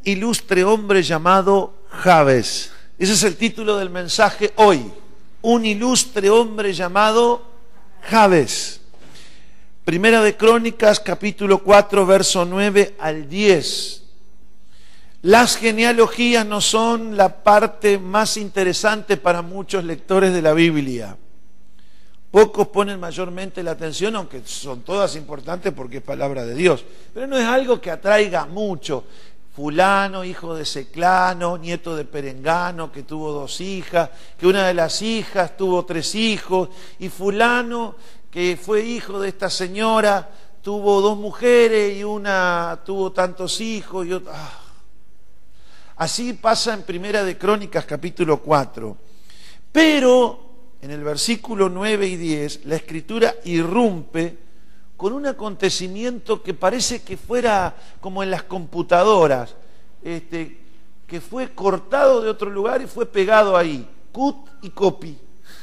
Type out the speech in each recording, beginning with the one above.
ilustre hombre llamado Jabes. Ese es el título del mensaje hoy. Un ilustre hombre llamado Jabes. Primera de Crónicas, capítulo 4, verso 9 al 10. Las genealogías no son la parte más interesante para muchos lectores de la Biblia. Pocos ponen mayormente la atención, aunque son todas importantes porque es palabra de Dios. Pero no es algo que atraiga mucho. Fulano, hijo de Ceclano, nieto de Perengano, que tuvo 2 hijas, que una de las hijas tuvo 3 hijos, y fulano, que fue hijo de esta señora, tuvo 2 mujeres y una tuvo tantos hijos y otra. Así pasa en Primera de Crónicas, capítulo 4. Pero en el versículo 9 y 10, la Escritura irrumpe con un acontecimiento que parece que fuera como en las computadoras, que fue cortado de otro lugar y fue pegado ahí. Cut y copy.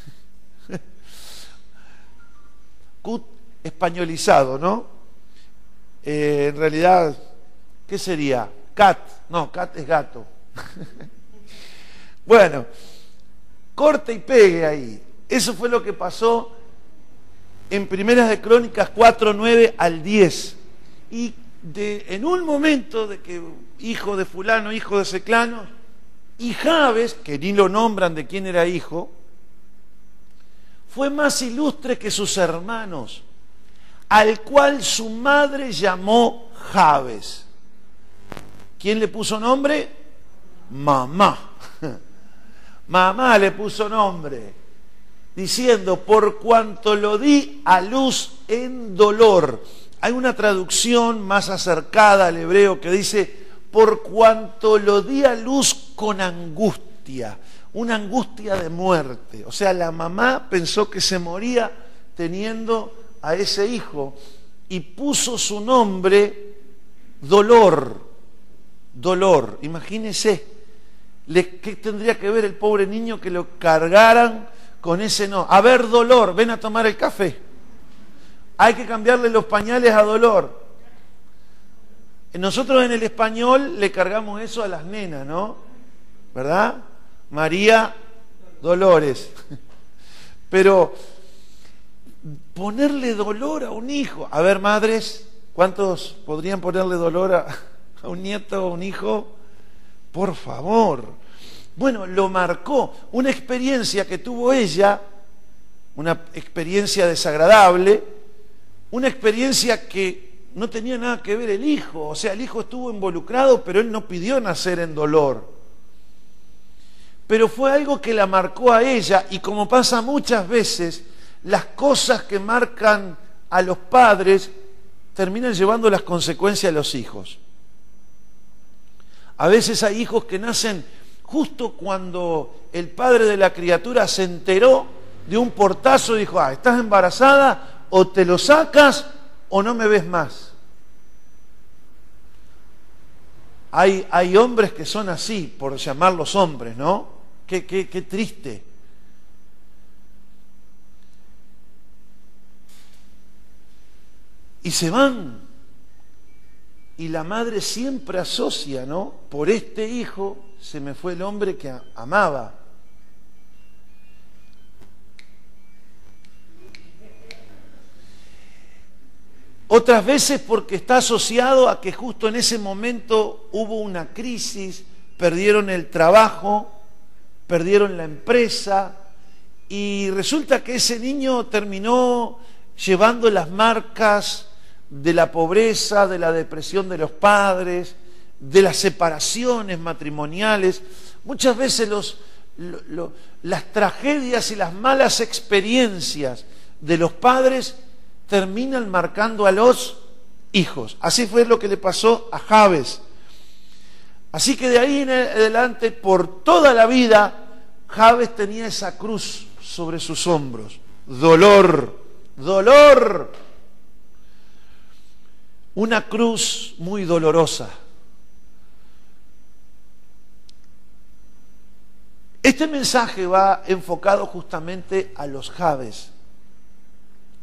Cut españolizado, ¿no? En realidad, ¿qué sería? Cat. No, cat es gato. Bueno, corte y pegue ahí. Eso fue lo que pasó en Primeras de Crónicas 4, 9 al 10. Y en un momento de que hijo de fulano, hijo de Ceclano, y Jabes, que ni lo nombran de quién era hijo, fue más ilustre que sus hermanos, al cual su madre llamó Jabes. ¿Quién le puso nombre? Mamá. Mamá le puso nombre, diciendo, por cuanto lo di a luz en dolor. Hay una traducción más acercada al hebreo que dice, por cuanto lo di a luz con angustia, una angustia de muerte. O sea, la mamá pensó que se moría teniendo a ese hijo y puso su nombre Dolor. Dolor, imagínese, ¿qué tendría que ver el pobre niño que lo cargaran con ese no? A ver, Dolor, ven a tomar el café. Hay que cambiarle los pañales a Dolor. Nosotros en el español le cargamos eso a las nenas, ¿no? ¿Verdad? María Dolores. Pero ponerle dolor a un hijo. A ver, madres, ¿cuántos podrían ponerle dolor a un nieto o un hijo? Por favor. Bueno, lo marcó. Una experiencia que tuvo ella, una experiencia desagradable, una experiencia que no tenía nada que ver el hijo. O sea, el hijo estuvo involucrado, pero él no pidió nacer en dolor. Pero fue algo que la marcó a ella, y como pasa muchas veces, las cosas que marcan a los padres terminan llevando las consecuencias a los hijos. A veces hay hijos que nacen justo cuando el padre de la criatura se enteró de un portazo y dijo, estás embarazada, o te lo sacas o no me ves más. Hay hombres que son así, por llamarlos hombres, ¿no? Qué triste. Y se van. Y la madre siempre asocia, ¿no? Por este hijo se me fue el hombre que amaba. Otras veces porque está asociado a que justo en ese momento hubo una crisis, perdieron el trabajo, perdieron la empresa, y resulta que ese niño terminó llevando las marcas de la pobreza, de la depresión de los padres, de las separaciones matrimoniales. Muchas veces las tragedias y las malas experiencias de los padres terminan marcando a los hijos. Así fue lo que le pasó a Jabes. Así que de ahí en adelante, por toda la vida, Jabes tenía esa cruz sobre sus hombros. Dolor, dolor. Una cruz muy dolorosa. Este mensaje va enfocado justamente a los Jabes.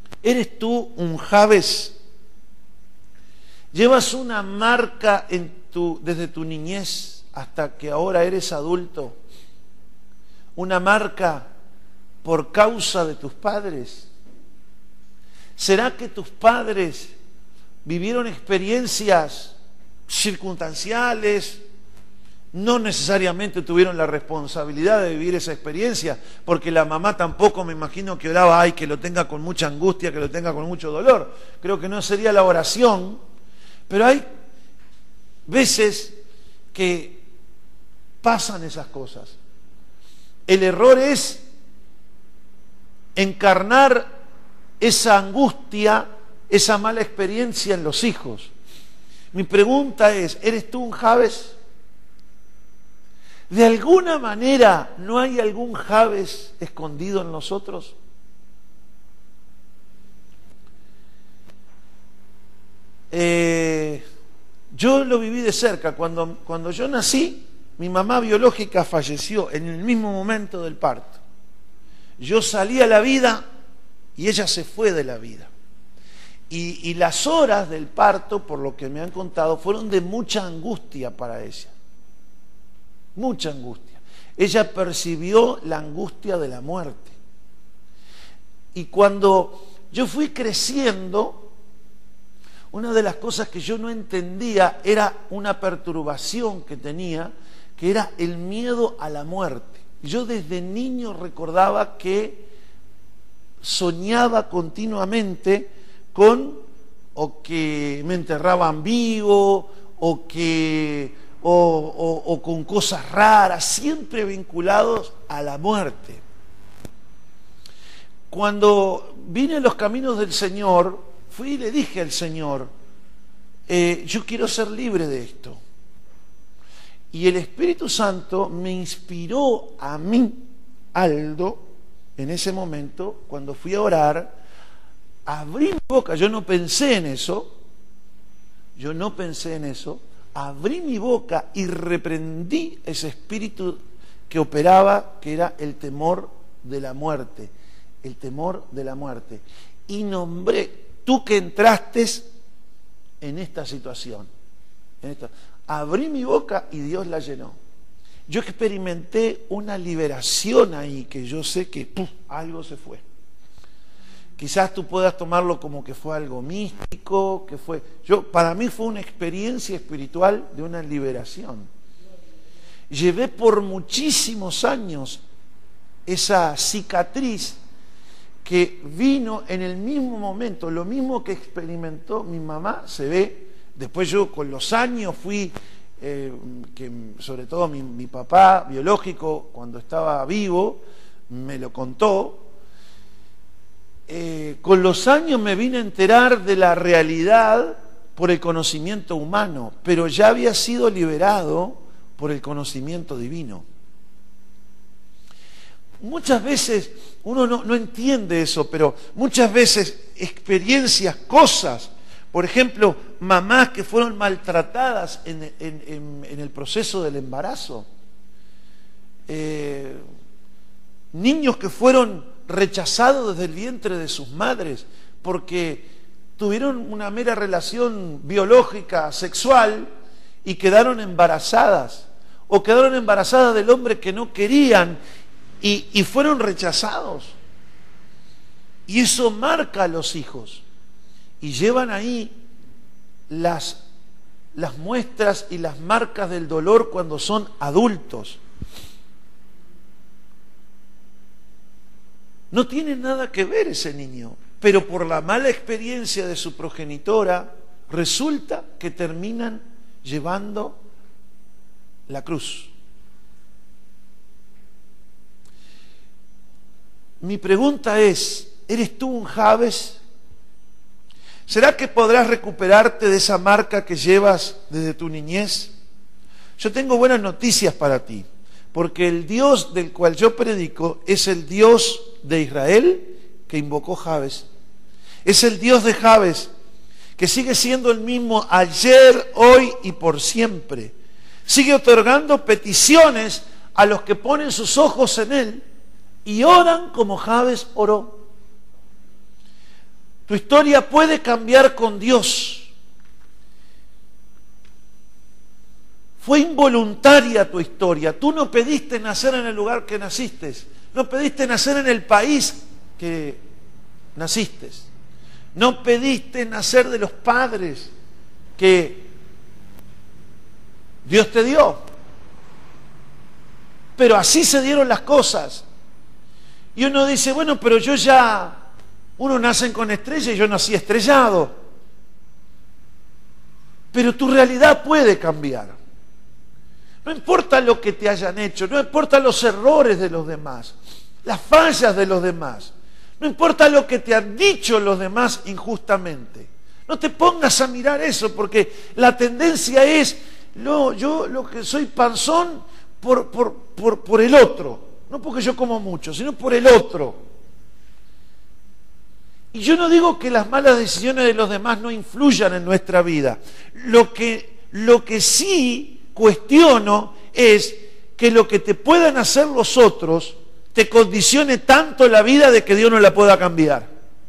¿Eres tú un Jabes? ¿Llevas una marca en desde tu niñez hasta que ahora eres adulto una marca por causa de tus padres? ¿Será que tus padres vivieron experiencias circunstanciales? No necesariamente tuvieron la responsabilidad de vivir esa experiencia, porque la mamá tampoco me imagino que oraba, ay, que lo tenga con mucha angustia, que lo tenga con mucho dolor. Creo que no sería la oración, pero hay veces que pasan esas cosas. El error es encarnar esa angustia, esa mala experiencia en los hijos. Mi pregunta es, ¿eres tú un Jabes? ¿De alguna manera no hay algún Jabes escondido en nosotros? Yo lo viví de cerca. Cuando yo nací, mi mamá biológica falleció en el mismo momento del parto. Yo salí a la vida y ella se fue de la vida. Y las horas del parto, por lo que me han contado, fueron de mucha angustia para ella. Mucha angustia. Ella percibió la angustia de la muerte. Y cuando yo fui creciendo, una de las cosas que yo no entendía era una perturbación que tenía, que era el miedo a la muerte. Yo desde niño recordaba que soñaba continuamente con o que me enterraban vivo o con cosas raras, siempre vinculados a la muerte. Cuando vine a los caminos del Señor, fui y le dije al Señor, yo quiero ser libre de esto. Y el Espíritu Santo me inspiró a mí, Aldo, en ese momento, cuando fui a orar, abrí mi boca. Yo no pensé en eso, abrí mi boca y reprendí ese espíritu que operaba, que era el temor de la muerte, el temor de la muerte. Y nombré, tú que entraste en esta situación, abrí mi boca y Dios la llenó. Yo experimenté una liberación ahí, que yo sé que algo se fue. Quizás tú puedas tomarlo como que fue algo místico, para mí fue una experiencia espiritual de una liberación. Llevé por muchísimos años esa cicatriz que vino en el mismo momento, lo mismo que experimentó mi mamá, se ve. Después yo con los años fui, que sobre todo mi papá biológico, cuando estaba vivo, me lo contó. Con los años me vine a enterar de la realidad por el conocimiento humano, pero ya había sido liberado por el conocimiento divino. Muchas veces uno no entiende eso, pero muchas veces experiencias, cosas, por ejemplo, mamás que fueron maltratadas en el proceso del embarazo, niños que fueron rechazados desde el vientre de sus madres porque tuvieron una mera relación biológica, sexual, y quedaron embarazadas, o quedaron embarazadas del hombre que no querían y fueron rechazados. Y eso marca a los hijos. Y llevan ahí las muestras y las marcas del dolor cuando son adultos. No tiene nada que ver ese niño, pero por la mala experiencia de su progenitora, resulta que terminan llevando la cruz. Mi pregunta es, ¿eres tú un Jabes? ¿Será que podrás recuperarte de esa marca que llevas desde tu niñez? Yo tengo buenas noticias para ti, porque el Dios del cual yo predico es el Dios de Israel que invocó Jabes. Es el Dios de Jabes, que sigue siendo el mismo ayer, hoy y por siempre. Sigue otorgando peticiones a los que ponen sus ojos en Él y oran como Jabes oró. Tu historia puede cambiar con Dios. Fue involuntaria tu historia. Tú no pediste nacer en el lugar que naciste. No pediste nacer en el país que naciste. No pediste nacer de los padres que Dios te dio. Pero así se dieron las cosas. Y uno dice, bueno, pero uno nace con estrella y yo nací estrellado. Pero tu realidad puede cambiar. No importa lo que te hayan hecho, no importa los errores de los demás, las fallas de los demás, no importa lo que te han dicho los demás injustamente. No te pongas a mirar eso, porque la tendencia es, no, yo lo que soy panzón por el otro, no porque yo como mucho, sino por el otro. Y yo no digo que las malas decisiones de los demás no influyan en nuestra vida. Lo que sí cuestiono es que lo que te puedan hacer los otros te condicione tanto la vida de que Dios no la pueda cambiar.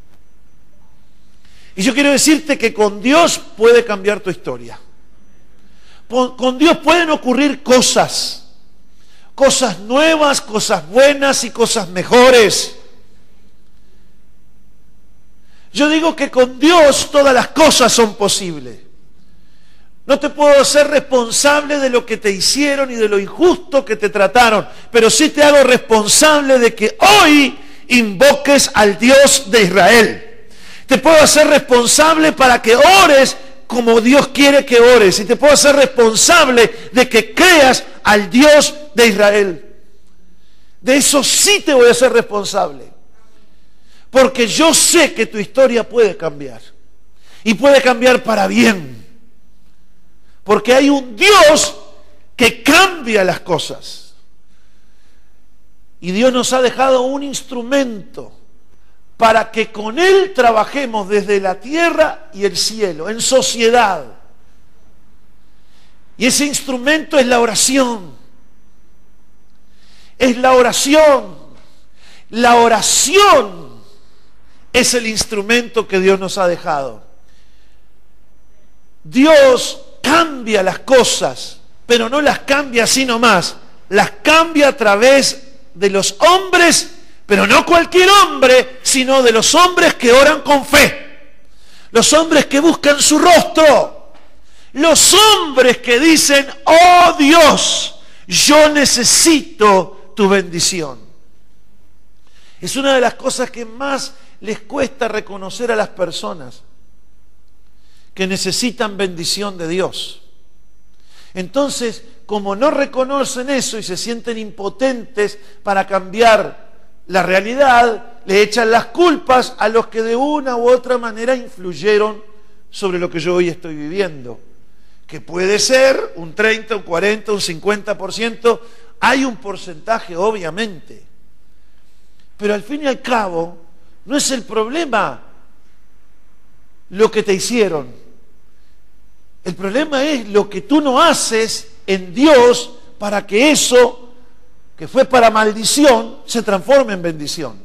Y yo quiero decirte que con Dios puede cambiar tu historia. Con Dios pueden ocurrir cosas nuevas, cosas buenas y cosas mejores. Yo digo que con Dios todas las cosas son posibles. No te puedo hacer responsable de lo que te hicieron y de lo injusto que te trataron, pero sí te hago responsable de que hoy invoques al Dios de Israel. Te puedo hacer responsable para que ores como Dios quiere que ores, y te puedo hacer responsable de que creas al Dios de Israel. De eso sí te voy a hacer responsable, porque yo sé que tu historia puede cambiar, y puede cambiar para bien. Porque hay un Dios que cambia las cosas. Y Dios nos ha dejado un instrumento para que con Él trabajemos desde la tierra y el cielo, en sociedad. Y ese instrumento es la oración. Es la oración. La oración es el instrumento que Dios nos ha dejado. Dios cambia las cosas, pero no las cambia así nomás. Las cambia a través de los hombres, pero no cualquier hombre, sino de los hombres que oran con fe. Los hombres que buscan su rostro. Los hombres que dicen, oh Dios, yo necesito tu bendición. Es una de las cosas que más les cuesta reconocer a las personas, que necesitan bendición de Dios. Entonces, como no reconocen eso y se sienten impotentes para cambiar la realidad, le echan las culpas a los que de una u otra manera influyeron sobre lo que yo hoy estoy viviendo. Que puede ser un 30, un 40, un 50%, hay un porcentaje obviamente. Pero al fin y al cabo, no es el problema lo que te hicieron. El problema es lo que tú no haces en Dios para que eso que fue para maldición se transforme en bendición.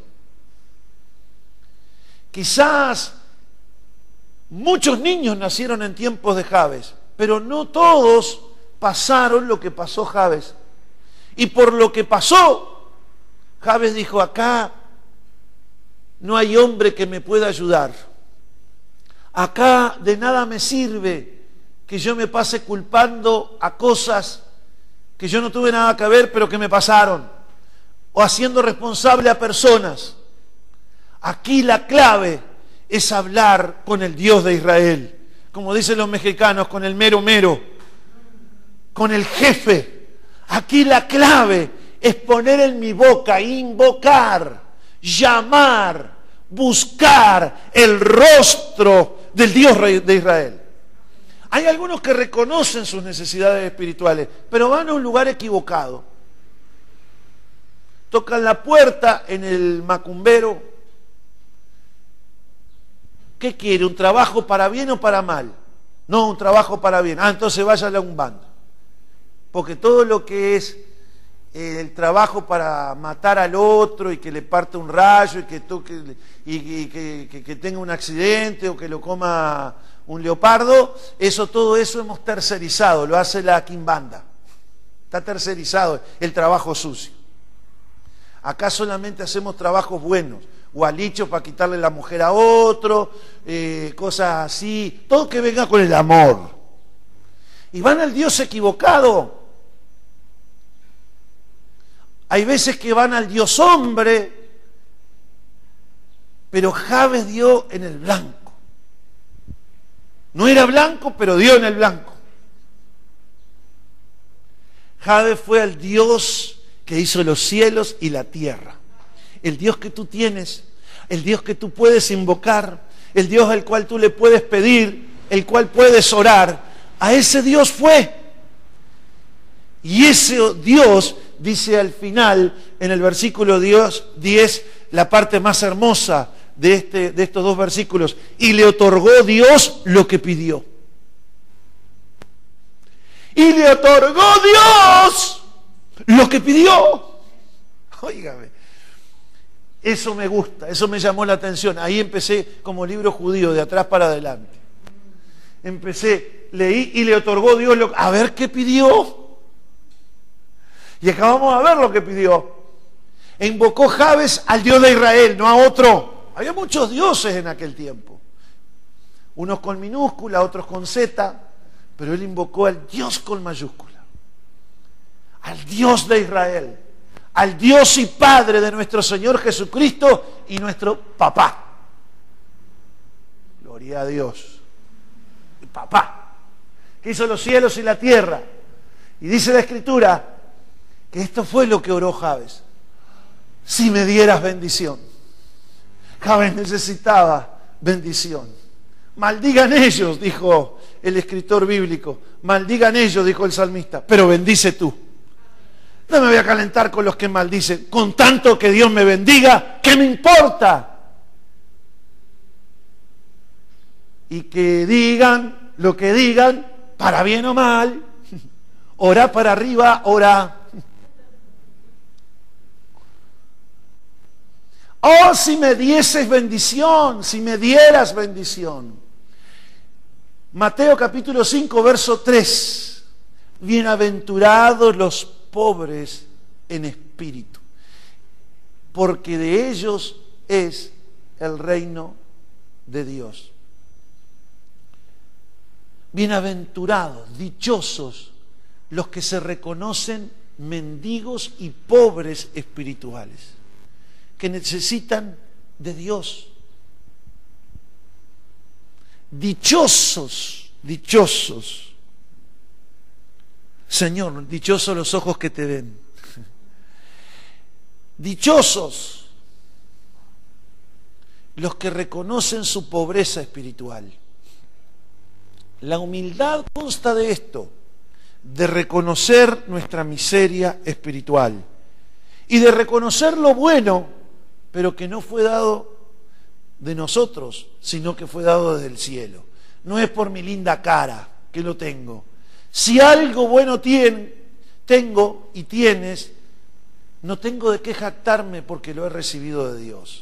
Quizás muchos niños nacieron en tiempos de Jabes, pero no todos pasaron lo que pasó Jabes. Y por lo que pasó, Jabes dijo, acá no hay hombre que me pueda ayudar. Acá de nada me sirve que yo me pase culpando a cosas que yo no tuve nada que ver, pero que me pasaron, o haciendo responsable a personas. Aquí la clave es hablar con el Dios de Israel, como dicen los mexicanos, con el mero mero, con el jefe. Aquí la clave es poner en mi boca, invocar, llamar, buscar el rostro del Dios de Israel. Hay algunos que reconocen sus necesidades espirituales, pero van a un lugar equivocado. Tocan la puerta en el macumbero. ¿Qué quiere? ¿Un trabajo para bien o para mal? No, un trabajo para bien. Ah, entonces vaya a la Umbanda. Porque todo lo que es el trabajo para matar al otro y que le parte un rayo y que toque y que tenga un accidente o que lo coma un leopardo, todo eso hemos tercerizado, lo hace la quimbanda. Está tercerizado el trabajo sucio. Acá solamente hacemos trabajos buenos, gualichos para quitarle la mujer a otro, cosas así, todo que venga con el amor. Y van al Dios equivocado. Hay veces que van al Dios hombre, pero Jabes dio en el blanco. No era blanco, pero dio en el blanco. Jabes fue al Dios que hizo los cielos y la tierra. El Dios que tú tienes, el Dios que tú puedes invocar, el Dios al cual tú le puedes pedir, el cual puedes orar. A ese Dios fue. Y ese Dios dice al final, en el versículo 10, la parte más hermosa de estos dos versículos, y le otorgó Dios lo que pidió. Y le otorgó Dios lo que pidió. Óigame, eso me gusta, eso me llamó la atención. Ahí empecé como libro judío, de atrás para adelante. Leí y le otorgó Dios a ver qué pidió. Y acabamos de ver lo que pidió. E invocó Jabes al Dios de Israel, no a otro. Había muchos dioses en aquel tiempo. Unos con minúscula, otros con Z. Pero él invocó al Dios con mayúscula. Al Dios de Israel. Al Dios y Padre de nuestro Señor Jesucristo y nuestro papá. Gloria a Dios. El papá, que hizo los cielos y la tierra. Y dice la Escritura que esto fue lo que oró Jabes. Si me dieras bendición. Jabes necesitaba bendición. Maldigan ellos, dijo el escritor bíblico. Maldigan ellos, dijo el salmista. Pero bendice tú. No me voy a calentar con los que maldicen. Con tanto que Dios me bendiga, ¿qué me importa? Y que digan lo que digan, para bien o mal. Orá para arriba, orá. Oh, si me dieses bendición, si me dieras bendición. Mateo capítulo 5, verso 3. Bienaventurados los pobres en espíritu, porque de ellos es el reino de Dios. Bienaventurados, dichosos, los que se reconocen mendigos y pobres espirituales, que necesitan de Dios. Dichosos, dichosos. Señor, dichosos los ojos que te ven. Dichosos los que reconocen su pobreza espiritual. La humildad consta de esto, de reconocer nuestra miseria espiritual y de reconocer lo bueno, pero que no fue dado de nosotros, sino que fue dado desde el cielo. No es por mi linda cara que lo tengo. Si algo bueno tengo y tienes, no tengo de qué jactarme porque lo he recibido de Dios.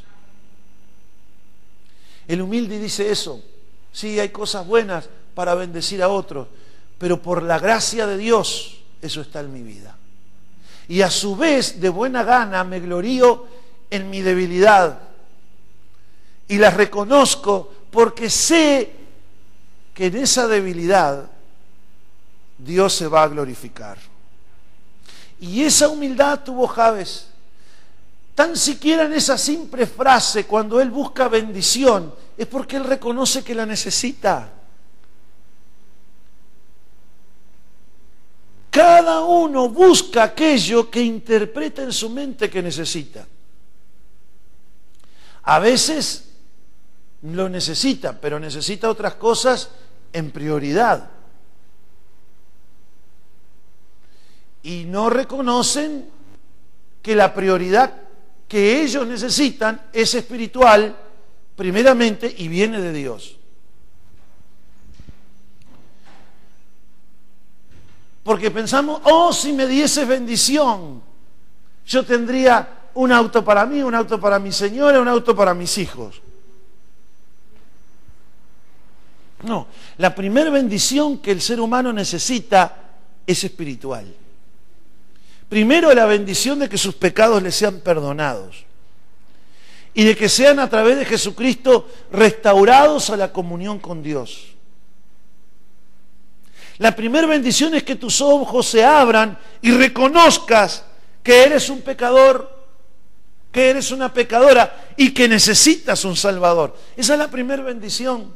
El humilde dice eso. Sí, hay cosas buenas para bendecir a otros, pero por la gracia de Dios eso está en mi vida. Y a su vez, de buena gana, me glorío en mi debilidad y las reconozco porque sé que en esa debilidad Dios se va a glorificar. Y esa humildad tuvo Jabes. Tan siquiera en esa simple frase, cuando él busca bendición, es porque él reconoce que la necesita. Cada uno busca aquello que interpreta en su mente que necesita. A veces lo necesita, pero necesita otras cosas en prioridad. Y no reconocen que la prioridad que ellos necesitan es espiritual, primeramente, y viene de Dios. Porque pensamos, oh, si me dieses bendición, yo tendría un auto para mí, un auto para mi señora, un auto para mis hijos. No, la primera bendición que el ser humano necesita es espiritual. Primero, la bendición de que sus pecados le sean perdonados y de que sean a través de Jesucristo restaurados a la comunión con Dios. La primera bendición es que tus ojos se abran y reconozcas que eres un pecador, que eres una pecadora y que necesitas un Salvador. Esa es la primera bendición.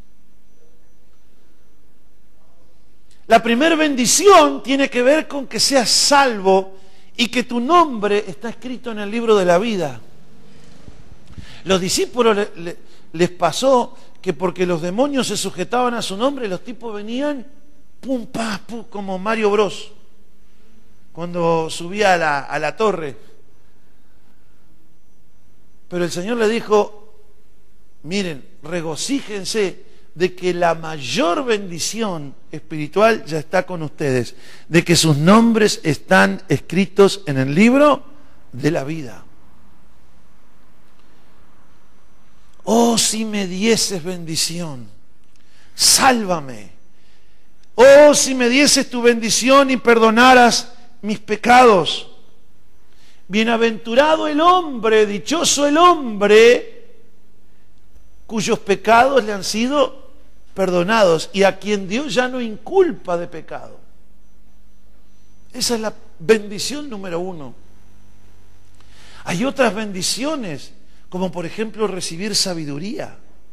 La primera bendición tiene que ver con que seas salvo y que tu nombre está escrito en el libro de la vida. Los discípulos les pasó que porque los demonios se sujetaban a su nombre, los tipos venían, pum, pa, pum, como Mario Bros, cuando subía a la torre. Pero el Señor le dijo, miren, regocíjense de que la mayor bendición espiritual ya está con ustedes, de que sus nombres están escritos en el libro de la vida. Oh, si me dieses bendición, sálvame. Oh, si me dieses tu bendición y perdonaras mis pecados. Bienaventurado el hombre, dichoso el hombre, cuyos pecados le han sido perdonados y a quien Dios ya no inculpa de pecado. Esa es la bendición número uno. Hay otras bendiciones, como por ejemplo recibir sabiduría.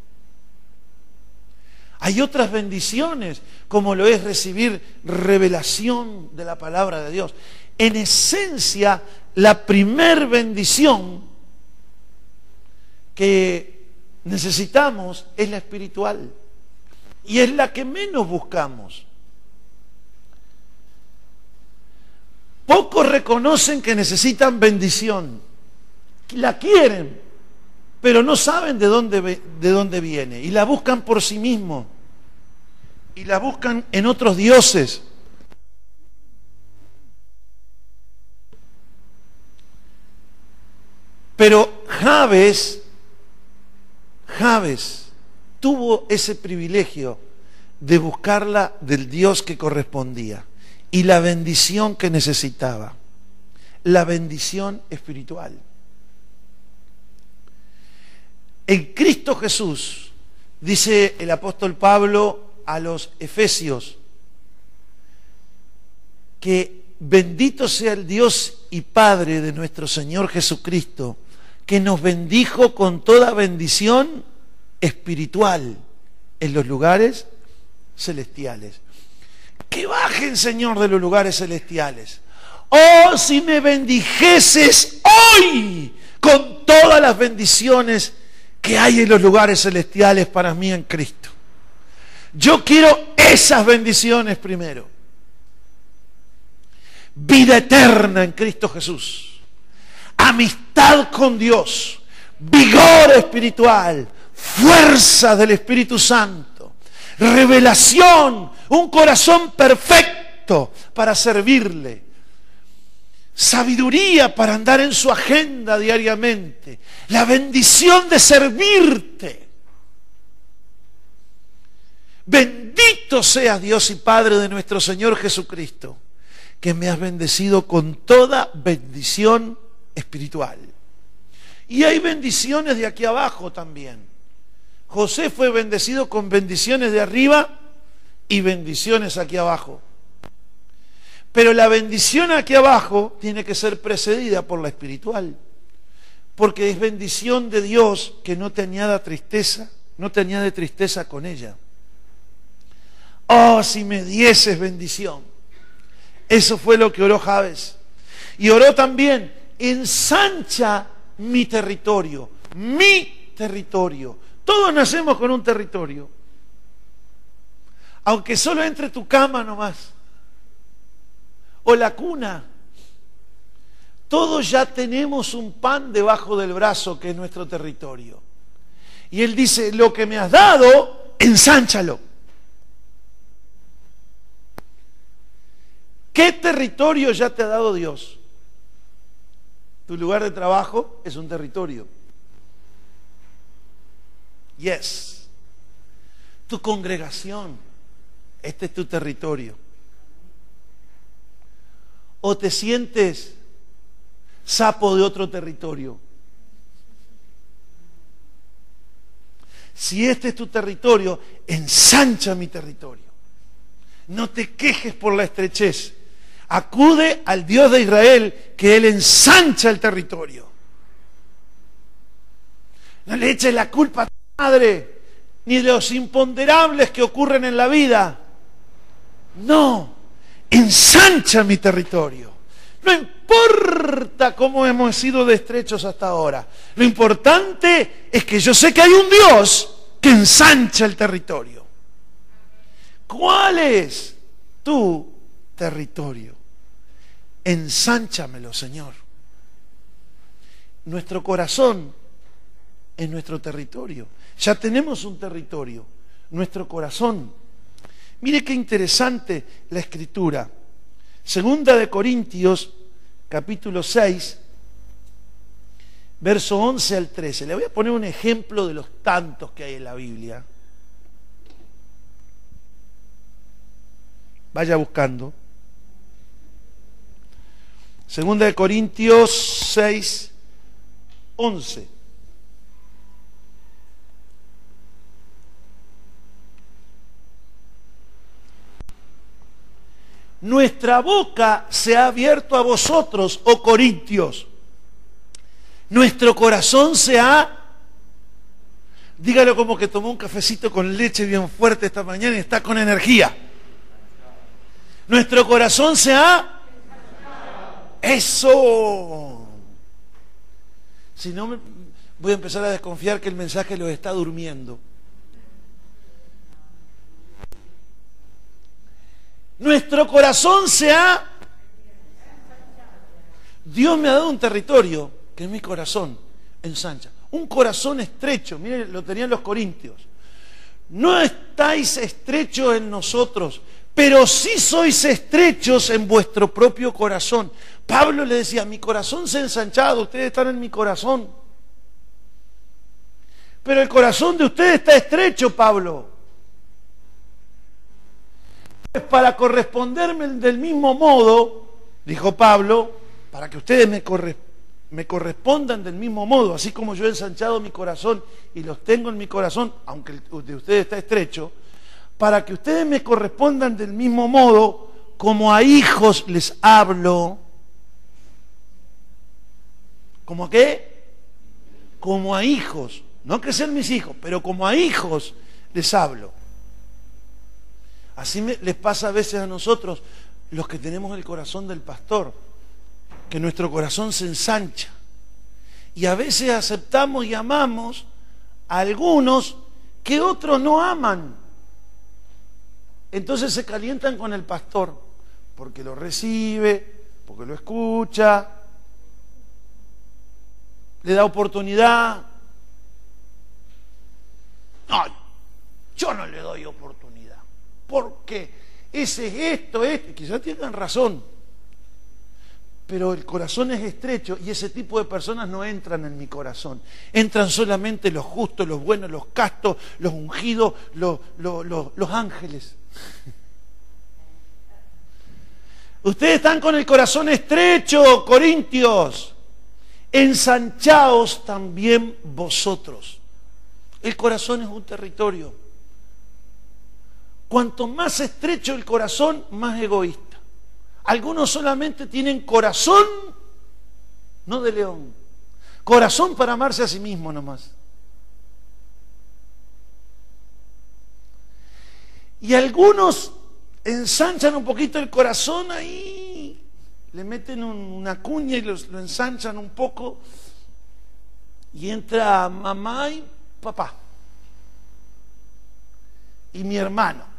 Hay otras bendiciones, como lo es recibir revelación de la palabra de Dios. En esencia, la primer bendición que necesitamos es la espiritual. Y es la que menos buscamos. Pocos reconocen que necesitan bendición. La quieren, pero no saben de dónde viene. Y la buscan por sí mismos. Y la buscan en otros dioses. Pero Jabes tuvo ese privilegio de buscarla del Dios que correspondía y la bendición que necesitaba, la bendición espiritual. En Cristo Jesús, dice el apóstol Pablo a los Efesios, que bendito sea el Dios y Padre de nuestro Señor Jesucristo, que nos bendijo con toda bendición espiritual en los lugares celestiales. Que bajen, Señor, de los lugares celestiales. Oh, si me bendijeses hoy con todas las bendiciones que hay en los lugares celestiales para mí en Cristo. Yo quiero esas bendiciones primero. Vida eterna en Cristo Jesús. Amistad con Dios, vigor espiritual, fuerza del Espíritu Santo, revelación, un corazón perfecto para servirle, sabiduría para andar en su agenda diariamente, la bendición de servirte. Bendito seas Dios y Padre de nuestro Señor Jesucristo, que me has bendecido con toda bendición espiritual. Y hay bendiciones de aquí abajo también. José fue bendecido con bendiciones de arriba y bendiciones aquí abajo. Pero la bendición aquí abajo tiene que ser precedida por la espiritual, porque es bendición de Dios que no te añada tristeza, no te añade tristeza con ella. Oh, si me dieses bendición. Eso fue lo que oró Jabes. Y oró también: ensancha mi territorio, mi territorio. Todos nacemos con un territorio. Aunque solo entre tu cama nomás, o la cuna, todos ya tenemos un pan debajo del brazo que es nuestro territorio. Y él dice: lo que me has dado, ensánchalo. ¿Qué territorio ya te ha dado Dios? Tu lugar de trabajo es un territorio. Yes. tu congregación, este es tu territorio. ¿O te sientes sapo de otro territorio? Si este es tu territorio, ensancha mi territorio. No te quejes por la estrechez. Acude al Dios de Israel, que Él ensancha el territorio. No le eches la culpa a tu madre, ni de los imponderables que ocurren en la vida. No, ensancha mi territorio. No importa cómo hemos sido de estrechos hasta ahora. Lo importante es que yo sé que hay un Dios que ensancha el territorio. ¿Cuál es tu territorio? Ensánchamelo, Señor. Nuestro corazón es nuestro territorio. Ya tenemos un territorio, nuestro corazón. Mire qué interesante la Escritura. Segunda de Corintios, capítulo 6, verso 11 al 13. Le voy a poner un ejemplo de los tantos que hay en la Biblia. Vaya buscando. Segunda de Corintios 6, 11. Nuestra boca se ha abierto a vosotros, oh Corintios. Nuestro corazón se ha... Dígalo como que tomó un cafecito con leche bien fuerte esta mañana y está con energía. Nuestro corazón se ha... ¡Eso! Si no, voy a empezar a desconfiar que el mensaje los está durmiendo. Nuestro corazón se ha... Dios me ha dado un territorio, que es mi corazón, ensancha. Un corazón estrecho, miren, lo tenían los corintios. No estáis estrechos en nosotros, pero sí sois estrechos en vuestro propio corazón. Pablo le decía, mi corazón se ha ensanchado, ustedes están en mi corazón. Pero el corazón de ustedes está estrecho, Pablo. Para corresponderme del mismo modo, dijo Pablo, para que ustedes me correspondan del mismo modo, así como yo he ensanchado mi corazón y los tengo en mi corazón, aunque el de ustedes está estrecho, para que ustedes me correspondan del mismo modo, como a hijos les hablo. ¿Cómo a qué? Como a hijos, no que sean mis hijos, pero como a hijos les hablo. Así les pasa a veces a nosotros, los que tenemos el corazón del pastor, que nuestro corazón se ensancha. Y a veces aceptamos y amamos a algunos que otros no aman. Entonces se calientan con el pastor, porque lo recibe, porque lo escucha, le da oportunidad. No, yo no le doy oportunidad, porque ese es esto, quizás tengan razón, pero el corazón es estrecho y ese tipo de personas no entran en mi corazón. Entran solamente los justos, los buenos, los castos, los ungidos, los ángeles. Ustedes están con el corazón estrecho, Corintios. Ensanchaos también vosotros. El corazón es un territorio. Cuanto más estrecho el corazón, más egoísta. Algunos solamente tienen corazón, no de león, corazón para amarse a sí mismo nomás. Y algunos ensanchan un poquito el corazón ahí, le meten una cuña y lo ensanchan un poco, y entra mamá y papá, y mi hermano.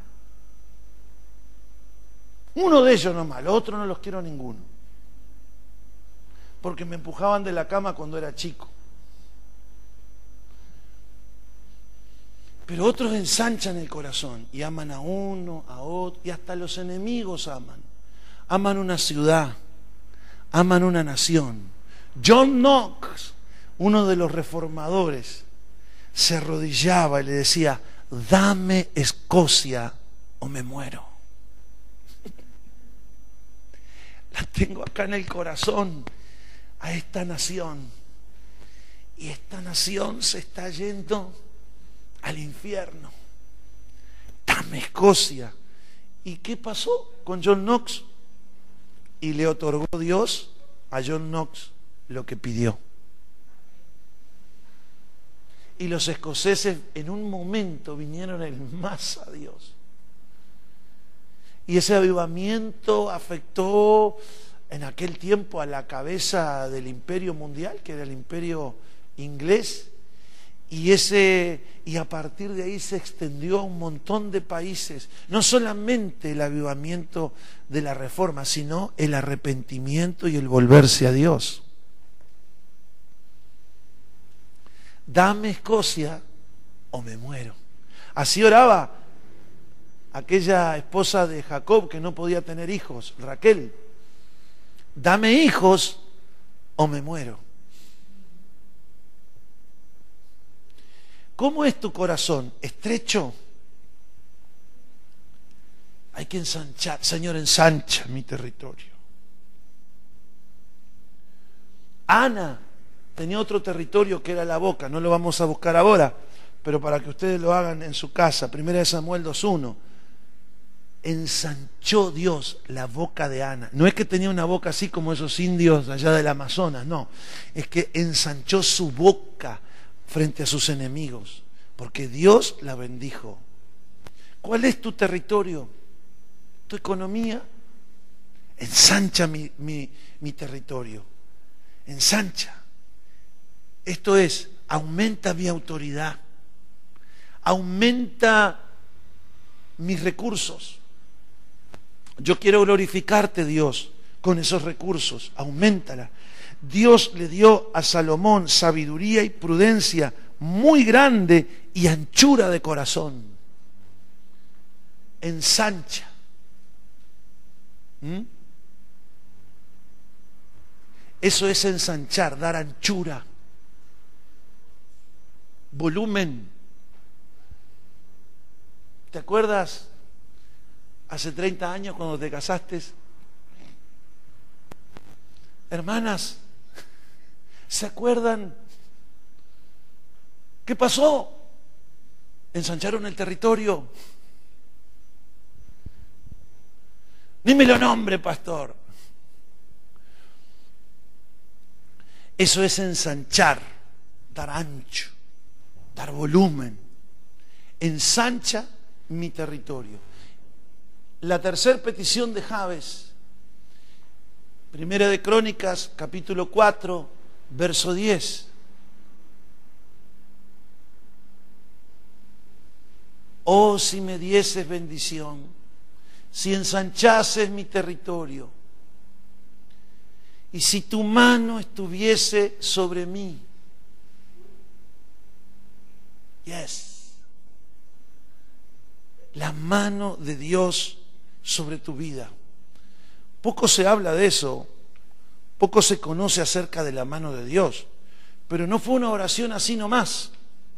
Uno de ellos nomás, los otros no los quiero ninguno. Porque me empujaban de la cama cuando era chico. Pero otros ensanchan el corazón y aman a uno, a otro, y hasta los enemigos aman. Aman una ciudad, aman una nación. John Knox, uno de los reformadores, se arrodillaba y le decía, dame Escocia o me muero. La tengo acá en el corazón a esta nación. Y esta nación se está yendo al infierno. Dame Escocia. ¿Y qué pasó con John Knox? Y le otorgó Dios a John Knox lo que pidió. Y los escoceses en un momento vinieron en masa a Dios. Y ese avivamiento afectó en aquel tiempo a la cabeza del imperio mundial, que era el imperio inglés, y a partir de ahí se extendió a un montón de países. No solamente el avivamiento de la reforma, sino el arrepentimiento y el volverse a Dios. Dame Escocia o me muero. Así oraba aquella esposa de Jacob que no podía tener hijos, Raquel. Dame hijos o me muero. ¿Cómo es tu corazón? ¿Estrecho? Hay que ensanchar. Señor, ensancha mi territorio. Ana tenía otro territorio que era la boca. No lo vamos a buscar ahora, pero para que ustedes lo hagan en su casa. 1 Samuel 2:1. Ensanchó Dios la boca de Ana. No es que tenía una boca así como esos indios allá del Amazonas, no. Es que ensanchó su boca frente a sus enemigos, porque Dios la bendijo. ¿Cuál es tu territorio? ¿Tu economía? Ensancha mi territorio. Ensancha. Esto es, aumenta mi autoridad. Aumenta mis recursos. Yo quiero glorificarte, Dios, con esos recursos. Auméntala. Dios le dio a Salomón sabiduría y prudencia muy grande y anchura de corazón. Ensancha. Eso es ensanchar, dar anchura, volumen. ¿Te acuerdas hace 30 años cuando te casaste? Hermanas, ¿se acuerdan? ¿Qué pasó? Ensancharon el territorio. Ni me lo nombre, pastor. Eso es ensanchar, dar ancho, dar volumen. Ensancha mi territorio. La tercera petición de Jabes, 1 de Crónicas, capítulo 4, verso 10. Oh, si me dieses bendición, si ensanchases mi territorio, y si tu mano estuviese sobre mí. Yes. La mano de Dios sobre tu vida. Poco se habla de eso, poco se conoce acerca de la mano de Dios, pero no fue una oración así nomás.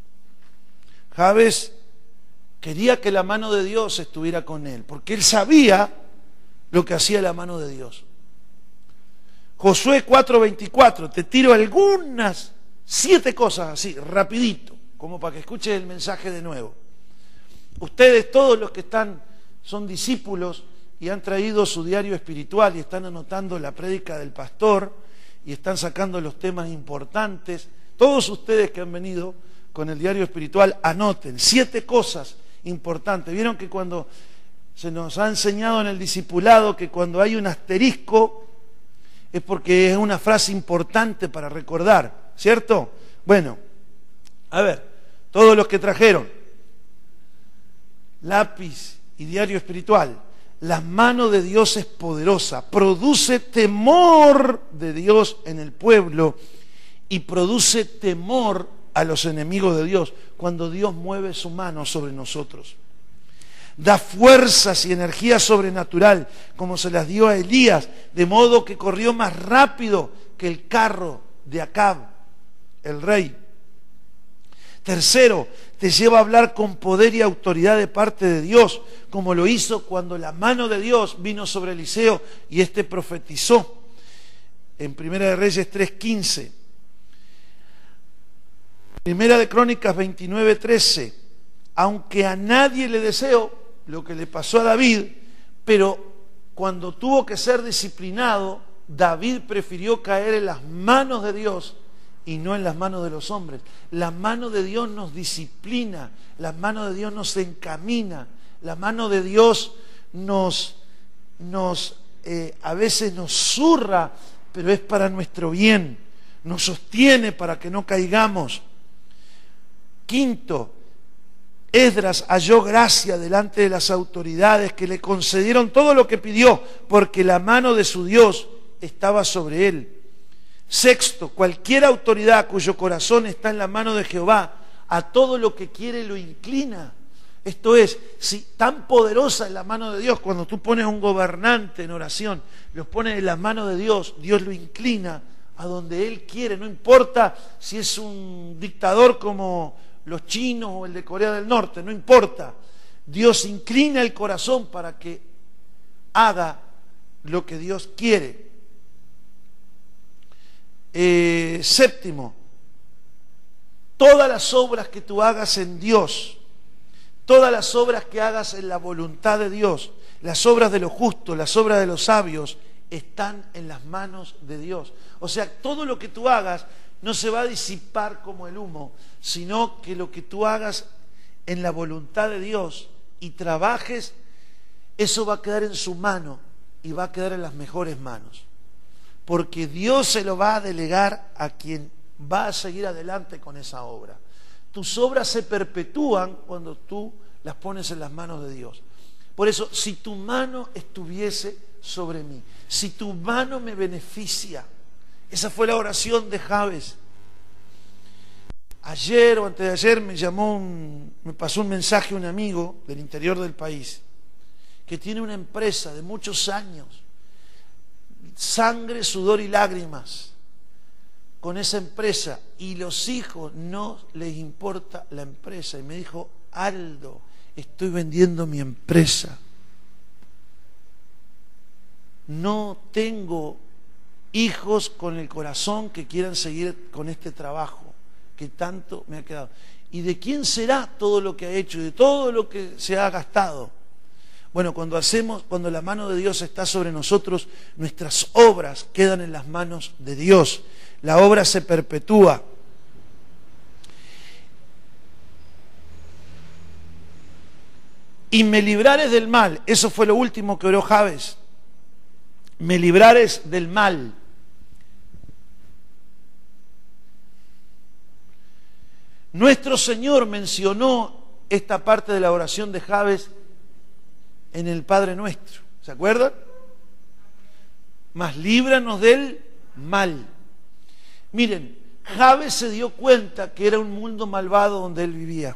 Jabes quería que la mano de Dios estuviera con él, porque él sabía lo que hacía la mano de Dios. Josué 4:24, te tiro algunas 7 cosas así, rapidito, como para que escuches el mensaje de nuevo. Ustedes, todos los que son discípulos y han traído su diario espiritual y están anotando la prédica del pastor y están sacando los temas importantes, todos ustedes que han venido con el diario espiritual, anoten 7 cosas importantes. Vieron que cuando se nos ha enseñado en el discipulado que cuando hay un asterisco es porque es una frase importante para recordar, ¿cierto? Bueno, a ver, todos los que trajeron lápiz y diario espiritual, la mano de Dios es poderosa, produce temor de Dios en el pueblo y produce temor a los enemigos de Dios cuando Dios mueve su mano sobre nosotros. Da fuerzas y energía sobrenatural como se las dio a Elías, de modo que corrió más rápido que el carro de Acab, el rey. Tercero, te lleva a hablar con poder y autoridad de parte de Dios, como lo hizo cuando la mano de Dios vino sobre Eliseo y éste profetizó. En Primera de Reyes 3:15. Primera de Crónicas 29:13. Aunque a nadie le deseo lo que le pasó a David, pero cuando tuvo que ser disciplinado, David prefirió caer en las manos de Dios y no en las manos de los hombres. La mano de Dios nos disciplina, la mano de Dios nos encamina, la mano de Dios a veces nos zurra, pero es para nuestro bien, nos sostiene para que no caigamos. Quinto, Esdras halló gracia delante de las autoridades que le concedieron todo lo que pidió, porque la mano de su Dios estaba sobre él. Sexto, cualquier autoridad cuyo corazón está en la mano de Jehová, a todo lo que quiere lo inclina. Esto es, si tan poderosa es la mano de Dios, cuando tú pones a un gobernante en oración, los pones en las manos de Dios, Dios lo inclina a donde Él quiere, no importa si es un dictador como los chinos o el de Corea del Norte, no importa. Dios inclina el corazón para que haga lo que Dios quiere. Séptimo, todas las obras que tú hagas en Dios, todas las obras que hagas en la voluntad de Dios, las obras de los justos, las obras de los sabios, están en las manos de Dios. O sea, todo lo que tú hagas no se va a disipar como el humo, sino que lo que tú hagas en la voluntad de Dios y trabajes, eso va a quedar en su mano y va a quedar en las mejores manos. Porque Dios se lo va a delegar a quien va a seguir adelante con esa obra. Tus obras se perpetúan cuando tú las pones en las manos de Dios. Por eso, si tu mano estuviese sobre mí, si tu mano me beneficia, esa fue la oración de Jabes. Ayer o antes de ayer me pasó un mensaje un amigo del interior del país que tiene una empresa de muchos años, sangre, sudor y lágrimas con esa empresa, y los hijos no les importa la empresa, y me dijo: Aldo, estoy vendiendo mi empresa, no tengo hijos con el corazón que quieran seguir con este trabajo que tanto me ha quedado. ¿Y de quién será todo lo que ha hecho y de todo lo que se ha gastado? Bueno, cuando la mano de Dios está sobre nosotros, nuestras obras quedan en las manos de Dios. La obra se perpetúa. Y me librares del mal. Eso fue lo último que oró Jabes. Me librares del mal. Nuestro Señor mencionó esta parte de la oración de Jabes en el Padre Nuestro. ¿Se acuerdan? Mas líbranos del mal. Miren, Jabes se dio cuenta que era un mundo malvado donde él vivía.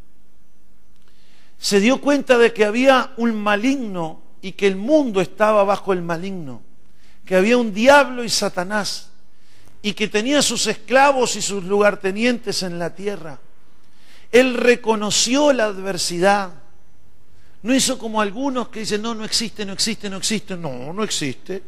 Se dio cuenta de que había un maligno y que el mundo estaba bajo el maligno, que había un diablo y Satanás, y que tenía sus esclavos y sus lugartenientes en la tierra. Él reconoció la adversidad. No hizo como algunos que dicen: no existe, no existe, no existe. No existe.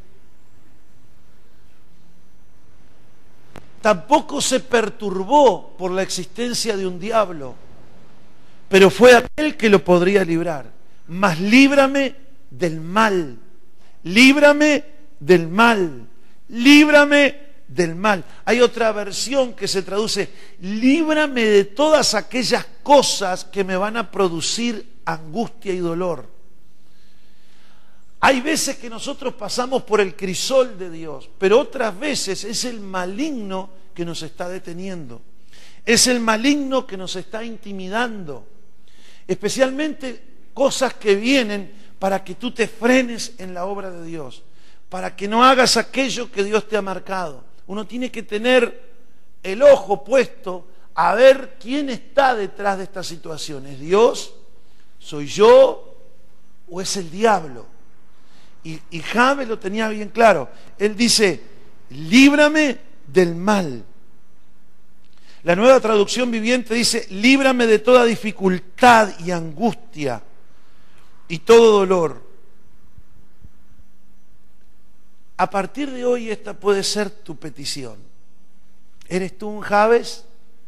Tampoco se perturbó por la existencia de un diablo, pero fue aquel que lo podría librar. Mas líbrame del mal, líbrame del mal, líbrame del mal. Hay otra versión que se traduce: líbrame de todas aquellas cosas que me van a producir angustia y dolor. Hay veces que nosotros pasamos por el crisol de Dios, pero otras veces es el maligno que nos está deteniendo, es el maligno que nos está intimidando, especialmente cosas que vienen para que tú te frenes en la obra de Dios, para que no hagas aquello que Dios te ha marcado. Uno tiene que tener el ojo puesto a ver quién está detrás de estas situaciones. ¿Es Dios? ¿Soy yo? ¿O es el diablo? Y Jabes lo tenía bien claro. Él dice: líbrame del mal. La Nueva Traducción Viviente dice, líbrame de toda dificultad y angustia y todo dolor. A partir de hoy esta puede ser tu petición. ¿Eres tú un Jabes?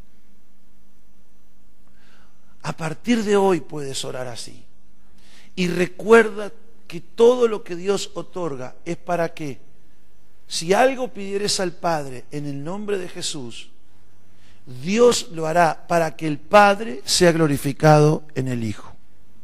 A partir de hoy puedes orar así. Y recuerda que todo lo que Dios otorga es para que, si algo pidieres al Padre en el nombre de Jesús, Dios lo hará para que el Padre sea glorificado en el Hijo.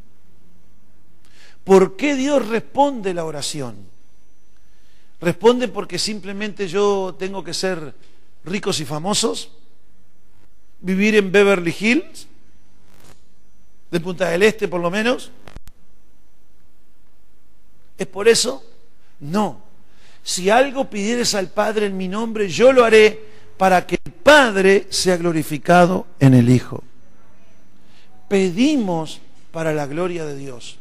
¿Por qué Dios responde la oración? ¿Responde porque simplemente yo tengo que ser ricos y famosos? ¿Vivir en Beverly Hills? ¿De Punta del Este por lo menos? ¿Es por eso? No. Si algo pidieres al Padre en mi nombre, yo lo haré para que el Padre sea glorificado en el Hijo. Pedimos para la gloria de Dios.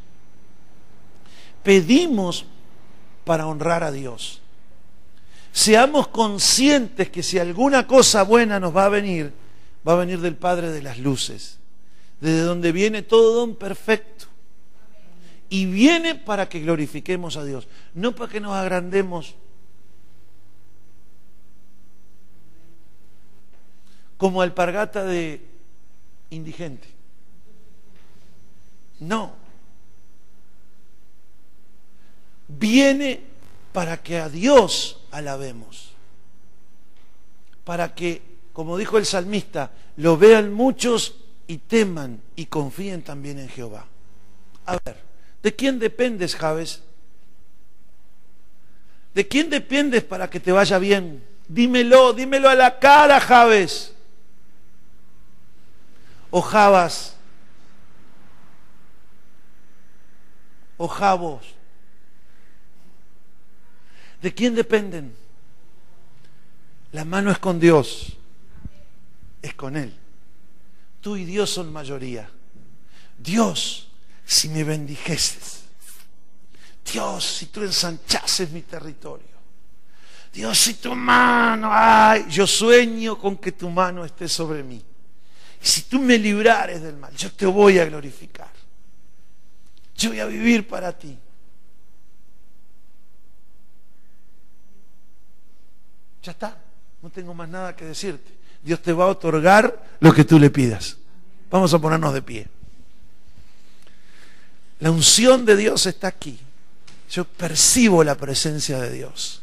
Pedimos para honrar a Dios. Seamos conscientes que si alguna cosa buena nos va a venir del Padre de las luces, desde donde viene todo don perfecto. Y viene para que glorifiquemos a Dios, no para que nos agrandemos como alpargata de indigente. No. Viene para que a Dios alabemos. Para que, como dijo el salmista, lo vean muchos y teman y confíen también en Jehová. A ver, ¿de quién dependes, Jabes? ¿De quién dependes para que te vaya bien? Dímelo a la cara, Jabes. O Jabas, o Jabos. ¿De quién dependen? La mano es con Dios, es con Él. Tú y Dios son mayoría. Dios, si me bendijeses. Dios, si tú ensanchases mi territorio. Dios, si tu mano, ay, yo sueño con que tu mano esté sobre mí. Y si tú me librares del mal, yo te voy a glorificar. Yo voy a vivir para ti. Ya está, no tengo más nada que decirte. Dios te va a otorgar lo que tú le pidas. Vamos a ponernos de pie. La unción de Dios está aquí. Yo percibo la presencia de Dios.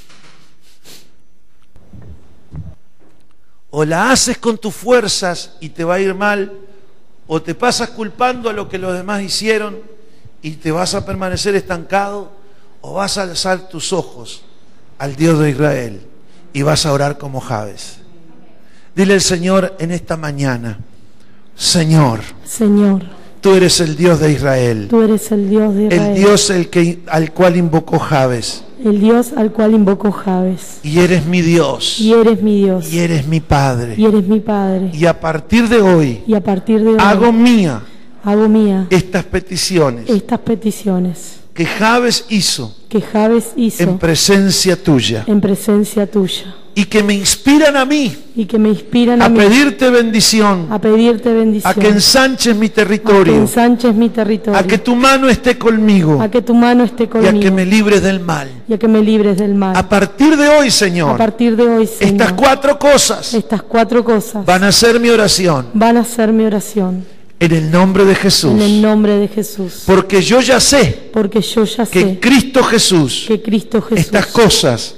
O la haces con tus fuerzas y te va a ir mal, o te pasas culpando a lo que los demás hicieron y te vas a permanecer estancado, o vas a alzar tus ojos al Dios de Israel y vas a orar como Jabes. Dile al Señor en esta mañana: Señor, tú eres el Dios de Israel. Tú eres el Dios de Israel. El Dios al cual invocó Jabes. El Dios al cual invocó Jabes. Y eres mi Dios. Y eres mi Dios. Y eres mi Padre. Y eres mi Padre. Y a partir de hoy, hago mía estas peticiones que Jabes hizo en presencia tuya. Y que me inspiran a mí a pedirte bendición, a que ensanches mi territorio, a que tu mano esté conmigo, y a que me libres del mal. A partir de hoy, Señor, estas cuatro cosas van a ser mi oración. En el nombre de Jesús. Porque yo ya sé que en Cristo Jesús estas cosas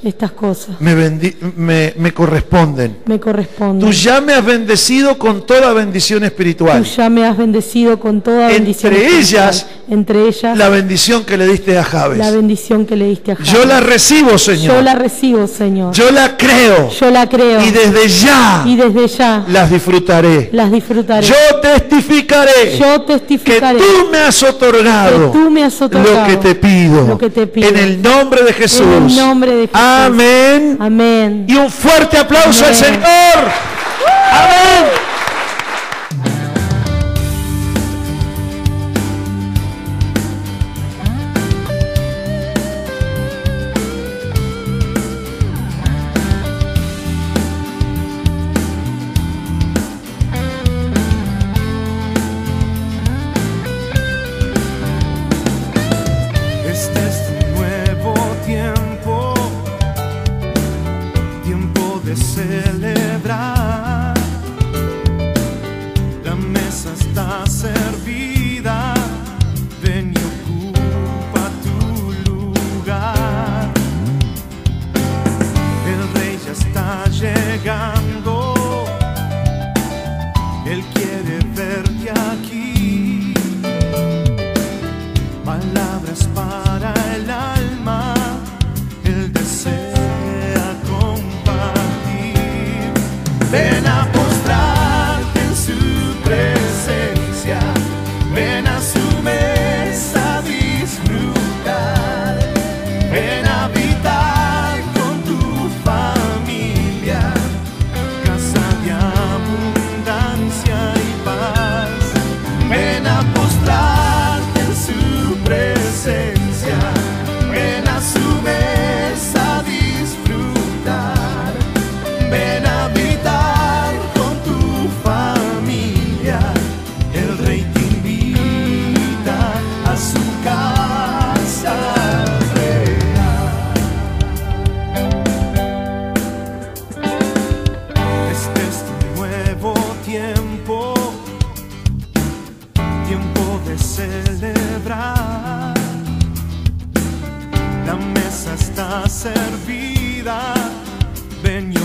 me corresponden. Tú ya me has bendecido con toda bendición espiritual. Entre ellas la bendición que le diste a Jabes. Yo la recibo, Señor. Yo la creo. Y desde ya las disfrutaré. Yo testificaré que tú me has otorgado lo que te pido. En el nombre de Jesús. Amén. Y un fuerte aplauso al Señor. Amén. está servida, ven y ocupa tu lugar. El rey ya está llegando, él quiere verte aquí. Palabras para el alma, él desea compartir. Ven a postrarte en su presencia, ven a su mesa a disfrutar, ven a habitar con tu familia, casa de abundancia y paz. Ven a postrarte en su presencia, ven a su mesa a disfrutar, ven a habitar con tu familia. El rey te invita a su casa real. Este es tu nuevo tiempo, tiempo de celebrar. La mesa está servida, ven y